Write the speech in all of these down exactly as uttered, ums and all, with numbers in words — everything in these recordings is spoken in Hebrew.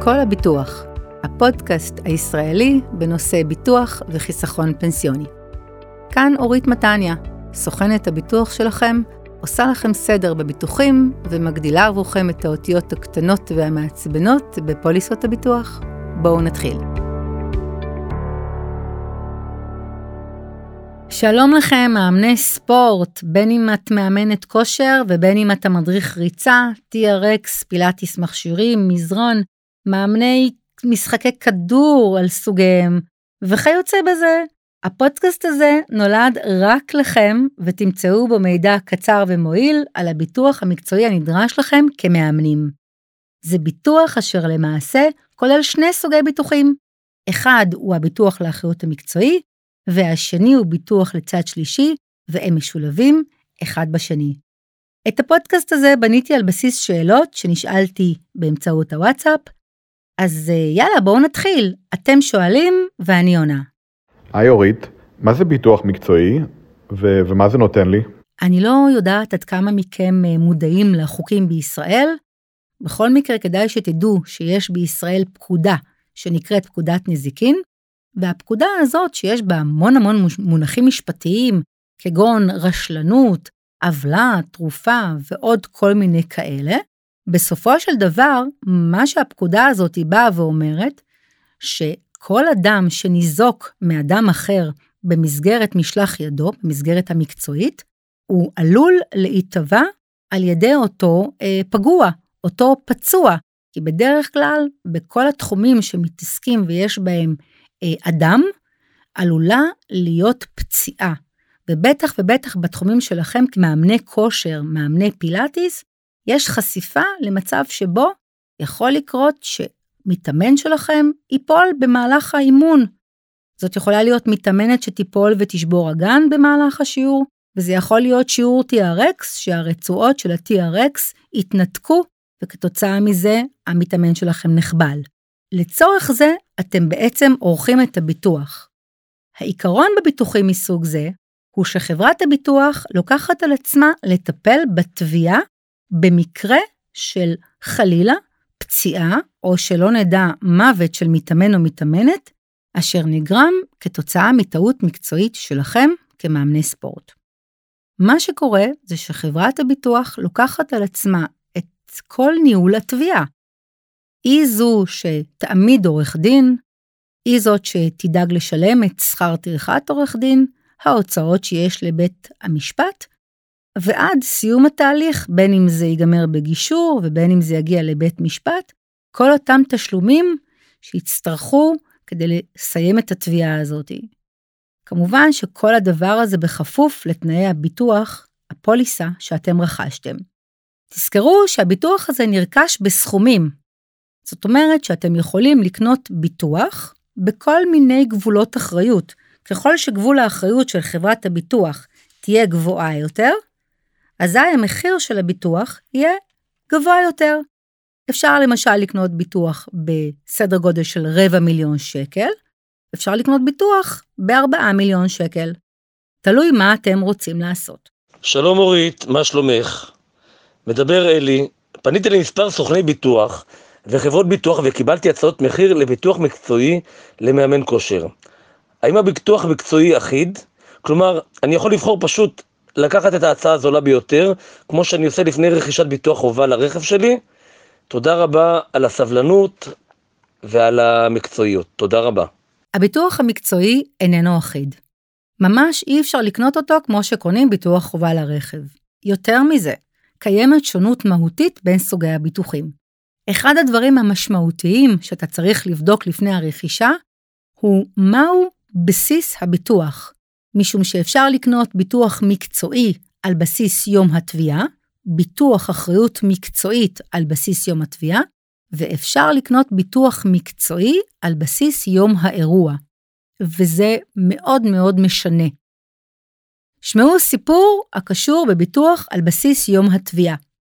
כל הביטוח, הפודקאסט הישראלי בנושא ביטוח וחיסכון פנסיוני. כאן אורית מתניה, סוכנת הביטוח שלכם, עושה לכם סדר בביטוחים ומגדילה עבורכם את האותיות הקטנות והמעצבנות בפוליסות הביטוח. בואו נתחיל. שלום לכם, מאמני ספורט, בין אם את מאמנת כושר ובין אם אתה מדריך ריצה, טי אר אקס, פילאטיס מכשירים, מזרון, מאמני משחקי כדור על סוגיהם, וכיוצא בזה. הפודקאסט הזה נולד רק לכם, ותמצאו בו מידע קצר ומועיל על הביטוח המקצועי הנדרש לכם כמאמנים. זה ביטוח אשר למעשה כולל שני סוגי ביטוחים. אחד הוא הביטוח לאחריות המקצועי, והשני הוא ביטוח לצד שלישי, והם משולבים אחד בשני. את הפודקאסט הזה בניתי על בסיס שאלות שנשאלתי באמצעות הוואטסאפ, אז יאללה, בואו נתחיל. אתם שואלים ואני עונה. היי אורית, מה זה ביטוח מקצועי ו- ומה זה נותן לי? אני לא יודעת עד כמה מכם מודעים לחוקים בישראל. בכל מקרה כדאי שתדעו שיש בישראל פקודה שנקראת פקודת נזיקין, והפקודה הזאת שיש בה המון המון מונחים משפטיים, כגון רשלנות, עוולה, תרופה ועוד כל מיני כאלה, בסופו של דבר, מה שהפקודה הזאת היא באה ואומרת, שכל אדם שניזוק מאדם אחר במסגרת משלח ידו, במסגרת המקצועית, הוא עלול להיטבע על ידי אותו אה, פגוע, אותו פצוע, כי בדרך כלל בכל התחומים שמתעסקים ויש בהם אה, אדם, עלולה להיות פציעה, ובטח ובטח בתחומים שלכם כמאמני כושר, מאמני פילאטיס, יש חשיפה למצב שבו יכול לקרות שמתאמן שלכם ייפול במהלך האימון. זאת יכולה להיות מתאמנת שתיפול ותשבור אגן במהלך השיעור, וזה יכול להיות שיעור טי אר אקס, שהרצועות של ה-טי אר אקס התנתקו, וכתוצאה מזה המתאמן שלכם נחבל. לצורך זה אתם בעצם עורכים את הביטוח. העיקרון בביטוחים מסוג זה, הוא שחברת הביטוח לוקחת על עצמה לטפל בתביעה, במקרה של חלילה, פציעה, או שלא נדע מוות של מתאמן או מתאמנת, אשר נגרם כתוצאה מטעות מקצועית שלכם כמאמני ספורט. מה שקורה זה שחברת הביטוח לוקחת על עצמה את כל ניהול התביעה. היא זו שתעמיד עורך דין, היא זאת שתדאג לשלם את שכר טרחת עורך דין, ההוצאות שיש לבית המשפט, ועד סיום התהליך, בין אם זה ייגמר בגישור, ובין אם זה יגיע לבית משפט, כל אותם תשלומים שיצטרכו כדי לסיים את התביעה הזאת. כמובן שכל הדבר הזה בכפוף לתנאי הביטוח, הפוליסה שאתם רכשתם. תזכרו שהביטוח הזה נרכש בסכומים. זאת אומרת שאתם יכולים לקנות ביטוח בכל מיני גבולות אחריות. ככל שגבול האחריות של חברת הביטוח תהיה גבוהה יותר, אזי המחיר של הביטוח יהיה גבוה יותר. אפשר למשל לקנות ביטוח בסדר גודל של רבע מיליון שקל, אפשר לקנות ביטוח בארבעה מיליון שקל. תלוי מה אתם רוצים לעשות. שלום אורית, מה שלומך? מדבר אלי, פניתי למספר סוכני ביטוח וחברות ביטוח וקיבלתי הצעות מחיר לביטוח מקצועי למאמן כושר. האם הביטוח מקצועי אחיד? כלומר, אני יכול לבחור פשוט לקחת את ההצעה הזולה ביותר, כמו שאני עושה לפני רכישת ביטוח חובה לרכב שלי. תודה רבה על הסבלנות ועל המקצועיות. תודה רבה. הביטוח המקצועי איננו אחיד. ממש אי אפשר לקנות אותו כמו שקונים ביטוח חובה לרכב. יותר מזה, קיימת שונות מהותית בין סוגי הביטוחים. אחד הדברים המשמעותיים שאתה צריך לבדוק לפני הרכישה, הוא מהו בסיס הביטוח. משום שאפשר לקנות ביטוח מקצועי על בסיס יום התביעה, ביטוח אחריות מקצועית על בסיס יום התביעה, ואפשר לקנות ביטוח מקצועי על בסיס יום האירוע. וזה מאוד מאוד משנה. שמעו סיפור הקשור בביטוח על בסיס יום התביעה.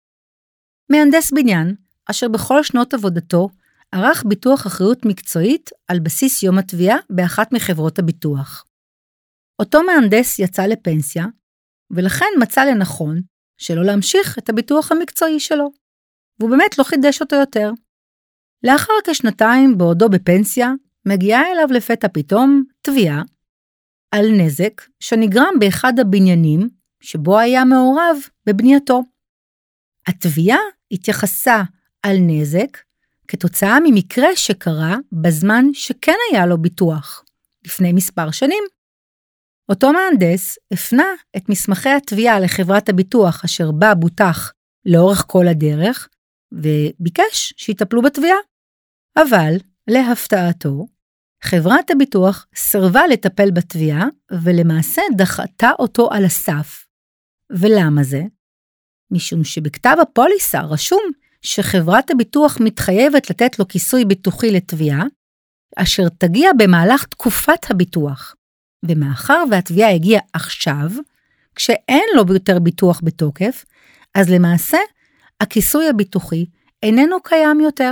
מהנדס בניין, אשר בכל שנות עבודתו, ערך ביטוח אחריות מקצועית על בסיס יום התביעה באחת מחברות הביטוח. אותו מהנדס יצא לפנסיה, ולכן מצא לנכון שלא להמשיך את הביטוח המקצועי שלו, והוא באמת לא חידש אותו יותר. לאחר כשנתיים בעודו בפנסיה, מגיעה אליו לפתע פתאום תביעה על נזק שנגרם באחד הבניינים שבו היה מעורב בבנייתו. התביעה התייחסה על נזק כתוצאה ממקרה שקרה בזמן שכן היה לו ביטוח, לפני מספר שנים. אותו מהנדס הפנה את מסמכי התביעה לחברת הביטוח אשר בה בוטח לאורך כל הדרך, וביקש שיטפלו בתביעה. אבל, להפתעתו, חברת הביטוח סרבה לטפל בתביעה, ולמעשה דחתה אותו על הסף. ולמה זה? משום שבכתב הפוליסה רשום שחברת הביטוח מתחייבת לתת לו כיסוי ביטוחי לתביעה, אשר תגיע במהלך תקופת הביטוח. ומאחר והתביעה הגיעה עכשיו, כשאין לו יותר ביטוח בתוקף, אז למעשה הכיסוי הביטוחי איננו קיים יותר.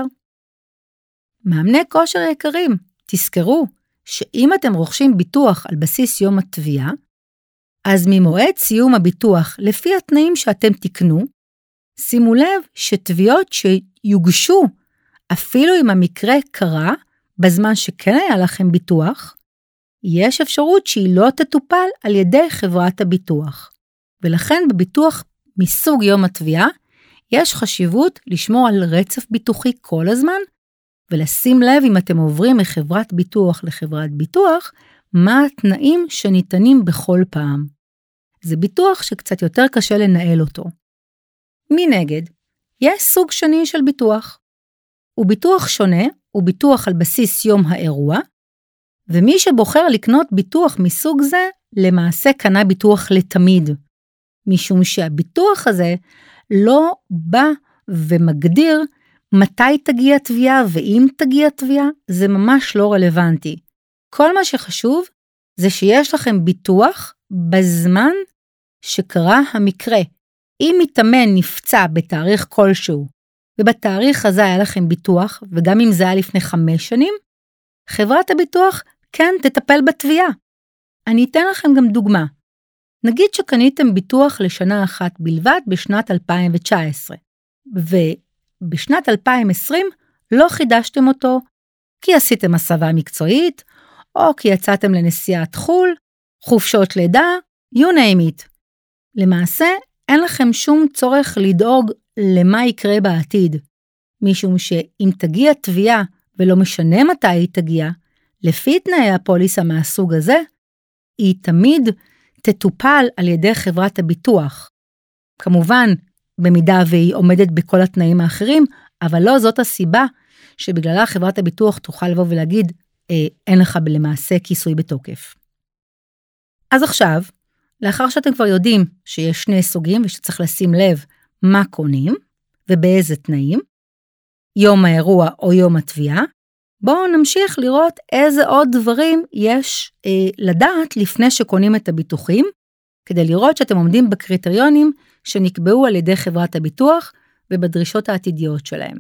מאמני כושר יקרים, תזכרו שאם אתם רוכשים ביטוח על בסיס יום התביעה, אז ממועד סיום הביטוח לפי התנאים שאתם תקנו, שימו לב שתביעות שיוגשו אפילו אם המקרה קרה בזמן שכן היה לכם ביטוח, יש אפשרות שהיא לא תטופל על ידי חברת הביטוח. ולכן בביטוח מסוג יום התביעה, יש חשיבות לשמור על רצף ביטוחי כל הזמן, ולשים לב אם אתם עוברים מחברת ביטוח לחברת ביטוח, מה התנאים שניתנים בכל פעם. זה ביטוח שקצת יותר קשה לנהל אותו. מנגד, יש סוג שני של ביטוח. הוא ביטוח שונה, הוא ביטוח על בסיס יום האירוע, ומי שבוחר לקנות ביטוח מסוג זה, למעשה קנה ביטוח לתמיד. משום שהביטוח הזה לא בא ומגדיר מתי תגיע תביעה ואם תגיע תביעה, זה ממש לא רלוונטי. כל מה שחשוב זה שיש לכם ביטוח בזמן שקרה המקרה. אם מתאמן נפצע בתאריך כלשהו, ובתאריך הזה היה לכם ביטוח, וגם אם זה היה לפני חמש שנים, חברת הביטוח כן תטפל בתביעה. אני אתן לכם גם דוגמה. נגיד שקניתם ביטוח לשנה אחת בלבד בשנת אלפיים תשע עשרה, ובשנת אלפיים עשרים לא חידשתם אותו, כי עשיתם הסבה מקצועית, או כי יצאתם לנסיעת חול, חופשות לידה, you name it. למעשה, אין לכם שום צורך לדאוג למה יקרה בעתיד, משום שאם תגיע תביעה ולא משנה מתי היא תגיע, לפי תנאי הפוליסה מהסוג הזה, היא תמיד תטופל על ידי חברת הביטוח. כמובן, במידה והיא עומדת בכל התנאים האחרים, אבל לא זאת הסיבה שבגללה חברת הביטוח תוכל לבוא ולהגיד, אה, אין לך למעשה כיסוי בתוקף. אז עכשיו, לאחר שאתם כבר יודעים שיש שני סוגים ושצריך לשים לב מה קונים ובאיזה תנאים, יום האירוע או יום התביעה, בואו נמשיך לראות איזה עוד דברים יש אה, לדעת לפני שקונים את הביטוחים, כדי לראות שאתם עומדים בקריטריונים שנקבעו על ידי חברת הביטוח ובדרישות העתידיות שלהם.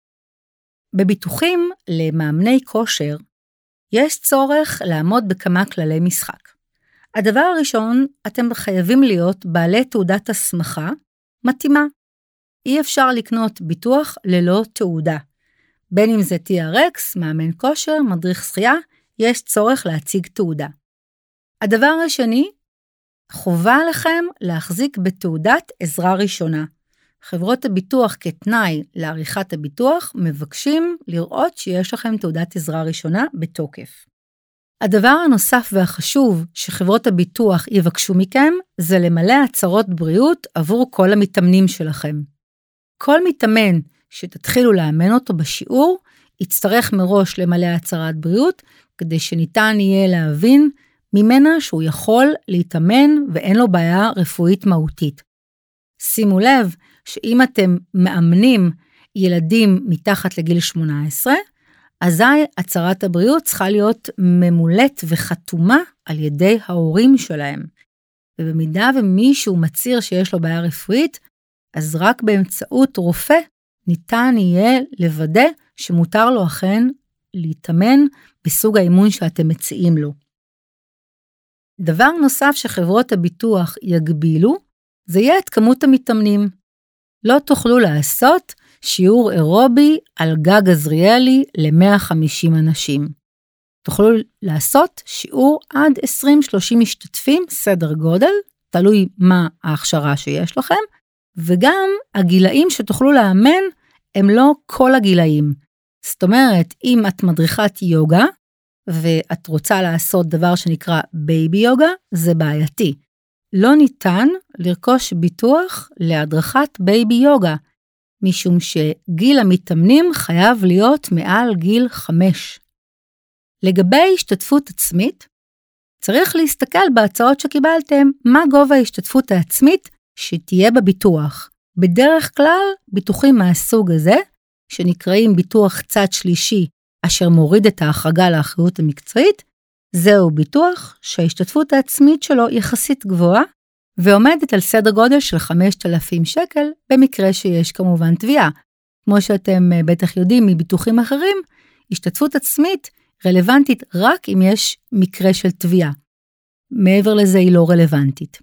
בביטוחים למאמני כושר, יש צורך לעמוד בכמה כללי משחק. הדבר הראשון, אתם חייבים להיות בעלי תעודת הסמכה מתאימה. אי אפשר לקנות ביטוח ללא תעודה. בין אם זה טי אר אקס, מאמן כושר, מדריך שחייה, יש צורך להציג תעודה. הדבר השני, חובה לכם להחזיק בתעודת עזרה ראשונה. חברות הביטוח כתנאי לעריכת הביטוח מבקשים לראות שיש לכם תעודת עזרה ראשונה בתוקף. הדבר הנוסף והחשוב שחברות הביטוח יבקשו מכם, זה למלא הצהרות בריאות עבור כל המתאמנים שלכם. כל מתאמן שתתחילו לאמן אותו בשיעור, יצטרך מראש למלא הצהרת בריאות, כדי שניתן יהיה להבין ממנה שהוא יכול להתאמן ואין לו בעיה רפואית מהותית. שימו לב שאם אתם מאמנים ילדים מתחת לגיל שמונה עשרה, אזי הצהרת הבריאות צריכה להיות ממולאת וחתומה על ידי ההורים שלהם. ובמידה ומישהו מצהיר שיש לו בעיה רפואית, אז רק באמצעות רופא ניתן יהיה לוודא שמותר לו אכן להתאמן בסוג האימון שאתם מציעים לו. דבר נוסף שחברות הביטוח יגבילו, זה יהיה את כמות המתאמנים. לא תוכלו לעשות שיעור אירובי על גג עזריאלי ל-מאה וחמישים אנשים. תוכלו לעשות שיעור עד עשרים שלושים משתתפים, סדר גודל, תלוי מה ההכשרה שיש לכם, וגם הגילאים שתוכלו לאמן הם לא כל הגילאים. זאת אומרת, אם את מדריכת יוגה, ואת רוצה לעשות דבר שנקרא בייבי יוגה, זה בעייתי. לא ניתן לרכוש ביטוח להדרכת בייבי יוגה, משום שגיל המתאמנים חייב להיות מעל גיל חמש. לגבי השתתפות עצמית, צריך להסתכל בהצעות שקיבלתם מה גובה ההשתתפות העצמית שתהיה בביטוח. בדרך כלל, ביטוחים מהסוג הזה, שנקראים ביטוח צד שלישי, אשר מוריד את ההחרגה לאחריות המקצועית, זהו ביטוח שההשתתפות העצמית שלו יחסית גבוהה, ועומדת על סדר גודל של חמשת אלפים שקל, במקרה שיש כמובן תביעה. כמו שאתם בטח יודעים מביטוחים אחרים, השתתפות עצמית רלוונטית רק אם יש מקרה של תביעה. מעבר לזה היא לא רלוונטית.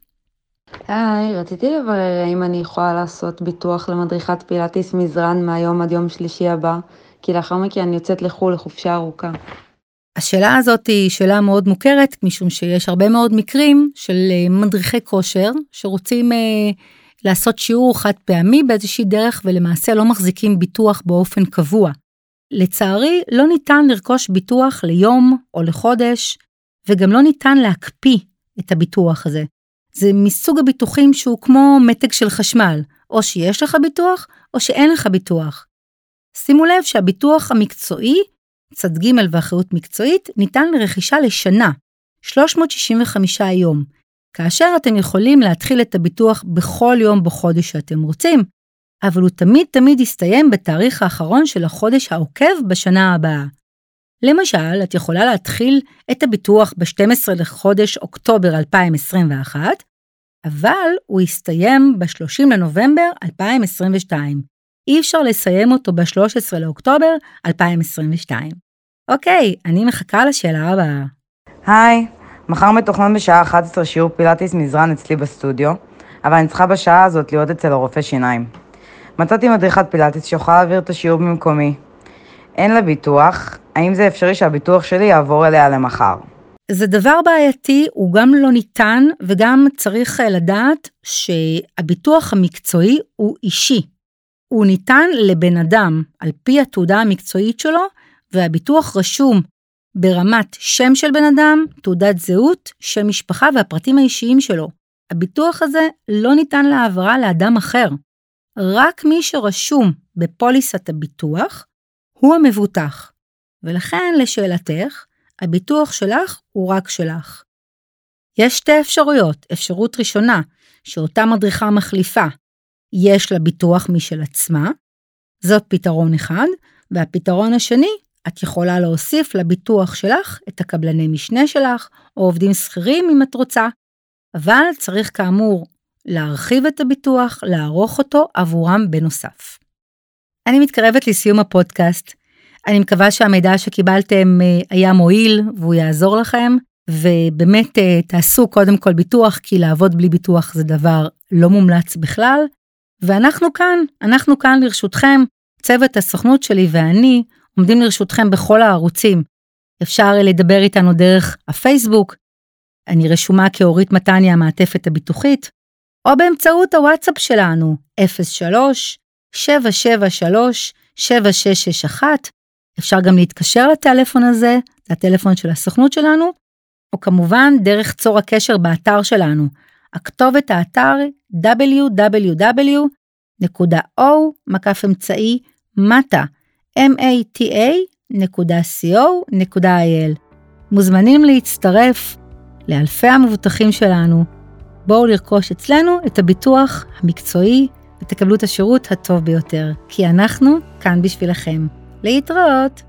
היי, רציתי לברר האם אני יכולה לעשות ביטוח למדריכת פילאטיס מזרן מהיום עד יום שלישי הבא, כי לאחר מכן אני יוצאת לחו"ל לחופשה ארוכה. השאלה הזאת היא שאלה מאוד מוכרת, משום שיש הרבה מאוד מקרים של מדריכי כושר, שרוצים אה, לעשות שיעור חד פעמי באיזושהי דרך, ולמעשה לא מחזיקים ביטוח באופן קבוע. לצערי, לא ניתן לרכוש ביטוח ליום או לחודש, וגם לא ניתן להקפיא את הביטוח הזה. זה מסוג הביטוחים שהוא כמו מתג של חשמל, או שיש לך ביטוח, או שאין לך ביטוח. שימו לב שהביטוח המקצועי, צד ג' ואחריות מקצועית, ניתן לרכישה לשנה, שלוש מאות שישים וחמישה יום, כאשר אתם יכולים להתחיל את הביטוח בכל יום בחודש שאתם רוצים, אבל הוא תמיד תמיד יסתיים בתאריך האחרון של החודש העוקב בשנה הבאה. למשל, את יכולה להתחיל את הביטוח ב-שנים עשר לחודש אוקטובר אלפיים עשרים ואחת, אבל הוא יסתיים ב-שלושים לנובמבר אלפיים עשרים ושתיים. אי אפשר לסיים אותו ב-שלושה עשר לאוקטובר אלפיים עשרים ושתיים. אוקיי, אני מחכה לשאלה הבאה. היי, מחר מתוכנן בשעה אחת עשרה שיעור פילאטיס מזרן אצלי בסטודיו, אבל אני צריכה בשעה הזאת להיות אצל הרופא שיניים. מצאתי מדריכת פילאטיס שיוכל להעביר את השיעור במקומי. אין לה ביטוח, האם זה אפשרי שהביטוח שלי יעבור אליה למחר? זה דבר בעייתי, הוא גם לא ניתן, וגם צריך לדעת שהביטוח המקצועי הוא אישי. הוא ניתן לבן אדם על פי התעודה המקצועית שלו, והביטוח רשום ברמת שם של בן אדם, תעודת זהות, שם משפחה והפרטים האישיים שלו. הביטוח הזה לא ניתן להעברה לאדם אחר. רק מי שרשום בפוליסת הביטוח הוא המבוטח. ולכן לשאלתך, הביטוח שלך הוא רק שלך. יש שתי אפשרויות. אפשרות ראשונה, שאותה מדריכה מחליפה, יש לה ביטוח משל עצמה, זאת פתרון אחד, והפתרון השני, את יכולה להוסיף לביטוח שלך את הקבלני משנה שלך, או עובדים שכירים אם את רוצה, אבל צריך כאמור להרחיב את הביטוח, לערוך אותו עבורם בנוסף. אני מתקרבת לסיום הפודקאסט, אני מקווה שהמידע שקיבלתם היה מועיל והוא יעזור לכם, ובאמת תעשו קודם כל ביטוח, כי לעבוד בלי ביטוח זה דבר לא מומלץ בכלל, ואנחנו כאן, אנחנו כאן לרשותכם, צוות הסוכנות שלי ואני עומדים לרשותכם בכל הערוצים. אפשר לדבר איתנו דרך הפייסבוק, אני רשומה כאורית מתניה המעטפת הביטוחית, או באמצעות הוואטסאפ שלנו, אפס שלוש שבע שבע שלוש שבע שש שש אחת, אפשר גם להתקשר לטלפון הזה, זה הטלפון של הסוכנות שלנו, או כמובן דרך צור הקשר באתר שלנו, הכתובת האתר דאבליו דאבליו דאבליו נקודה או מקף אמצעי מטה נקודה קו נקודה איי אל. מוזמנים להצטרף לאלפי המבוטחים שלנו. בואו לרכוש אצלנו את הביטוח המקצועי ותקבלו את השירות הטוב ביותר, כי אנחנו כאן בשבילכם. להתראות!